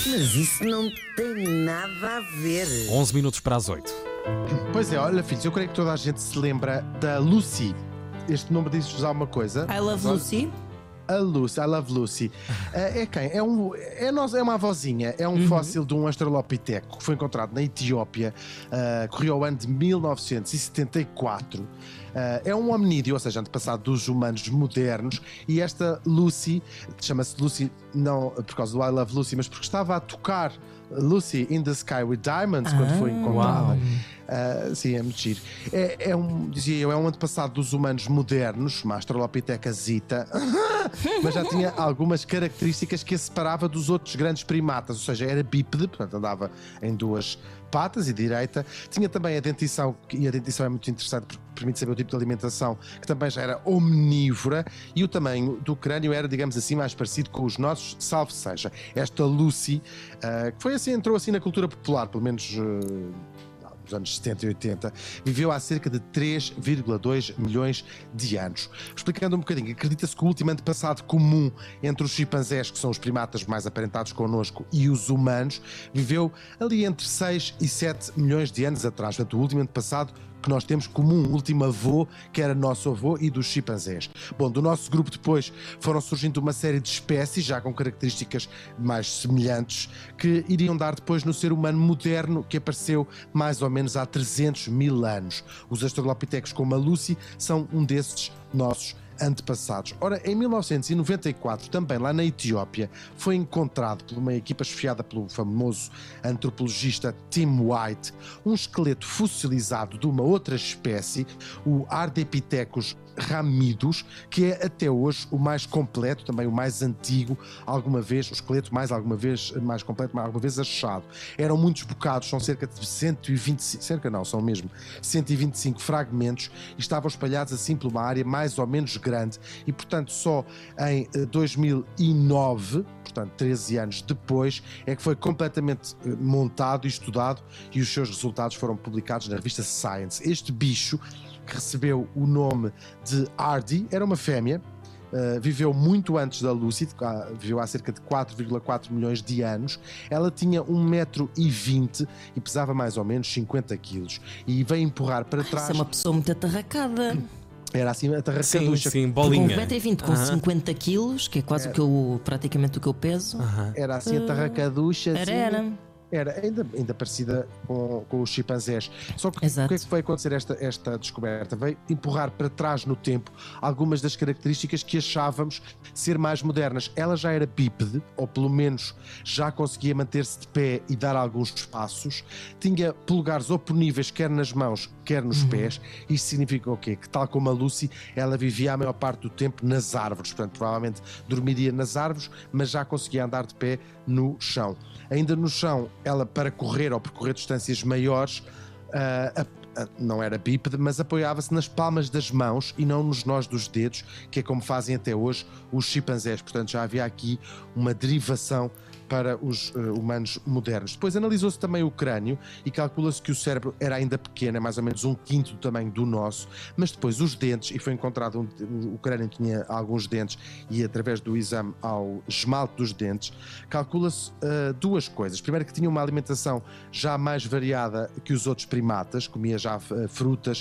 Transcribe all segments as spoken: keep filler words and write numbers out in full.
Mas isso não tem nada a ver. onze minutos para as oito. Pois é, olha, filhos, eu creio que toda a gente se lembra da Lucy. Este nome diz-vos alguma coisa? I Love Olha, Lucy. A Lucy, I Love Lucy. É, é quem? É, um, é, nós, é uma avózinha, é um Uhum. fóssil de um australopiteco que foi encontrado na Etiópia, uh, correu ao ano de mil novecentos e setenta e quatro. Uh, é um hominídeo, ou seja, antepassado dos humanos modernos, e esta Lucy, chama-se Lucy não por causa do I Love Lucy, mas porque estava a tocar Lucy in the Sky with Diamonds quando foi encontrada. Uh, sim, é muito giro. É, é um, dizia eu, é um antepassado dos humanos modernos, uma Australopiteca zita, mas já tinha algumas características que a separava dos outros grandes primatas, ou seja, era bípede, portanto andava em duas patas e direita. Tinha também a dentição, e a dentição é muito interessante porque permite saber o tipo de alimentação, que também já era omnívora, e o tamanho do crânio era, digamos assim, mais parecido com os nossos, salvo seja. Esta Lucy, uh, que foi assim, entrou assim na cultura popular, pelo menos uh, nos anos setenta e oitenta, viveu há cerca de três vírgula dois milhões de anos. Explicando um bocadinho, acredita-se que o último antepassado comum entre os chimpanzés, que são os primatas mais aparentados connosco, e os humanos, viveu ali entre seis e sete milhões de anos atrás. Portanto, o último antepassado que nós temos como um último avô, que era nosso avô, e dos chimpanzés. Bom, do nosso grupo depois foram surgindo uma série de espécies, já com características mais semelhantes, que iriam dar depois no ser humano moderno, que apareceu mais ou menos há trezentos mil anos. Os australopitecos, como a Lucy, são um desses nossos antepassados. Ora, em mil novecentos e noventa e quatro, também lá na Etiópia, foi encontrado por uma equipa chefiada pelo famoso antropologista Tim White um esqueleto fossilizado de uma outra espécie, o Ardipithecus ramidus, que é até hoje o mais completo, também o mais antigo, alguma vez, o esqueleto mais alguma vez mais completo, mais alguma vez achado. Eram muitos bocados, são cerca de cento e vinte e cinco, cerca não, são mesmo cento e vinte e cinco fragmentos, e estavam espalhados assim por uma área mais ou menos grande, e portanto só em dois mil e nove, portanto treze anos depois, é que foi completamente montado e estudado, e os seus resultados foram publicados na revista Science. Este bicho, que recebeu o nome de Ardi, era uma fêmea, uh, viveu muito antes da Lucy, viveu há cerca de quatro vírgula quatro milhões de anos. Ela tinha um metro e vinte e pesava mais ou menos cinquenta quilos, e veio empurrar para trás. Essa é uma pessoa muito atarracada. Era assim, a Sim, tarracaducha. sim, Com bolinha. um metro e vinte, com Aham. cinquenta quilos, que é quase o que eu, praticamente o que eu peso. Aham. Era assim, a tarracaducha. Era, era. Era ainda, ainda parecida com, com os chimpanzés. Só que Exato. o que é que foi acontecer esta, esta descoberta? Veio empurrar para trás no tempo algumas das características que achávamos ser mais modernas. Ela já era bípede, ou pelo menos já conseguia manter-se de pé e dar alguns passos. Tinha polegares oponíveis quer nas mãos, quer nos Uhum. pés. Isto significa o quê? Que tal como a Lucy, ela vivia a maior parte do tempo nas árvores. Portanto, provavelmente dormiria nas árvores, mas já conseguia andar de pé no chão. Ainda no chão, ela, para correr ou percorrer distâncias maiores, uh, a, a, não era bípede, mas apoiava-se nas palmas das mãos e não nos nós dos dedos, que é como fazem até hoje os chimpanzés. Portanto, já havia aqui uma derivação para os uh, humanos modernos. Depois analisou-se também o crânio e calcula-se que o cérebro era ainda pequeno, é mais ou menos um quinto do tamanho do nosso, mas depois os dentes, e foi encontrado, um, o crânio tinha alguns dentes, e através do exame ao esmalte dos dentes, calcula-se uh, duas coisas. Primeiro, que tinha uma alimentação já mais variada que os outros primatas, comia já uh, frutas,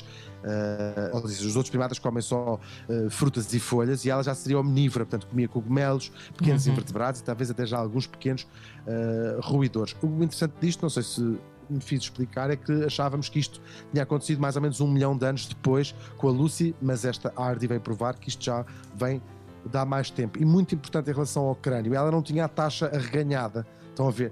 Uh, ou seja, os outros primatas comem só uh, frutas e folhas, e ela já seria omnívora, portanto comia cogumelos, pequenos Uhum. invertebrados e talvez até já alguns pequenos uh, roedores. O interessante disto, não sei se me fiz explicar, é que achávamos que isto tinha acontecido mais ou menos um milhão de anos depois com a Lucy, mas esta Ardi veio provar que isto já vem de há mais tempo. E muito importante em relação ao crânio, ela não tinha a taxa arreganhada. Estão a ver?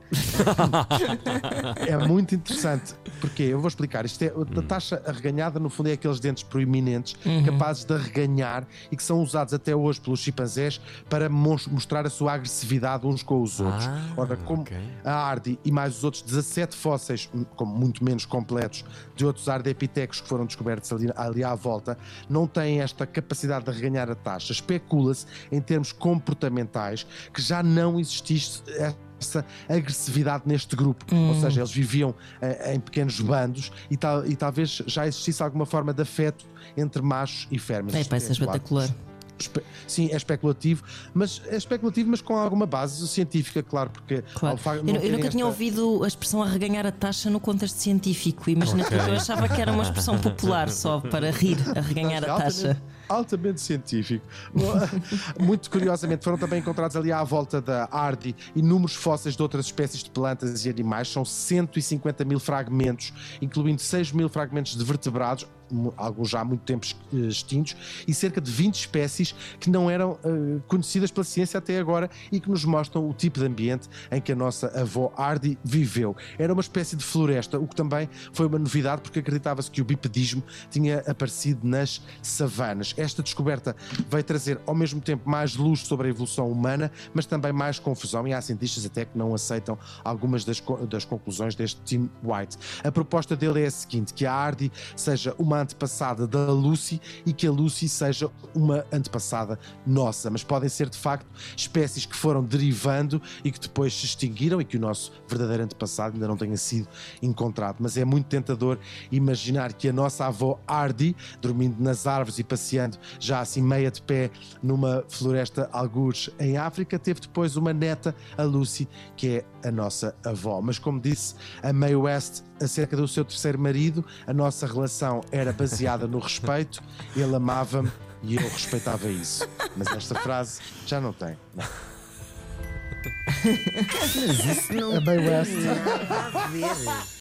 É muito interessante. Porque eu vou explicar. Isto é, a taxa arreganhada, no fundo, é aqueles dentes proeminentes, Uhum. capazes de arreganhar, e que são usados até hoje pelos chimpanzés para mostrar a sua agressividade uns com os outros. Ah, Ora, como ok. a Ardi e mais os outros dezassete fósseis, como muito menos completos, de outros ardipithecus que foram descobertos ali, ali à volta, não têm esta capacidade de arreganhar a taxa. Especula-se, em termos comportamentais, que já não existisse essa agressividade neste grupo, Hum. ou seja, eles viviam uh, em pequenos bandos, e, tal, e talvez já existisse alguma forma de afeto entre machos e fêmeas. É, pá, isso é claro, espetacular. espe- sim, é especulativo, mas é especulativo, mas com alguma base científica, claro, porque Claro. ao facto de Eu, não eu nunca terem tinha esta- ouvido a expressão arreganhar a taxa no contexto científico. Imagina Ok. que eu achava que era uma expressão popular só para rir, arreganhar a altamente, taxa. altamente científico. Muito curiosamente, foram também encontrados ali à volta da Hardy inúmeros fósseis de outras espécies de plantas e animais. São cento e cinquenta mil fragmentos, incluindo seis mil fragmentos de vertebrados, alguns já há muito tempo extintos, e cerca de vinte espécies que não eram uh, conhecidas pela ciência até agora e que nos mostram o tipo de ambiente em que a nossa avó Hardy viveu. Era uma espécie de floresta, o que também foi uma novidade, porque acreditava-se que o bipedismo tinha aparecido nas savanas. Esta descoberta veio trazer ao mesmo tempo mais luz sobre a evolução humana, mas também mais confusão, e há cientistas até que não aceitam algumas das, das conclusões deste Tim White. A proposta dele é a seguinte: que a Hardy seja uma antepassada da Lucy e que a Lucy seja uma antepassada nossa, mas podem ser de facto espécies que foram derivando e que depois se extinguiram e que o nosso verdadeiro antepassado ainda não tenha sido encontrado. Mas é muito tentador imaginar que a nossa avó Hardy, dormindo nas árvores e passeando já assim meia de pé numa floresta algures em África, teve depois uma neta, a Lucy, que é a nossa avó. Mas como disse a Mae West acerca do seu terceiro marido, a nossa relação era baseada no respeito, ele amava-me e eu respeitava isso. Mas esta frase já não tem. Não. Mas isso não A Mae West. tem nada a ver.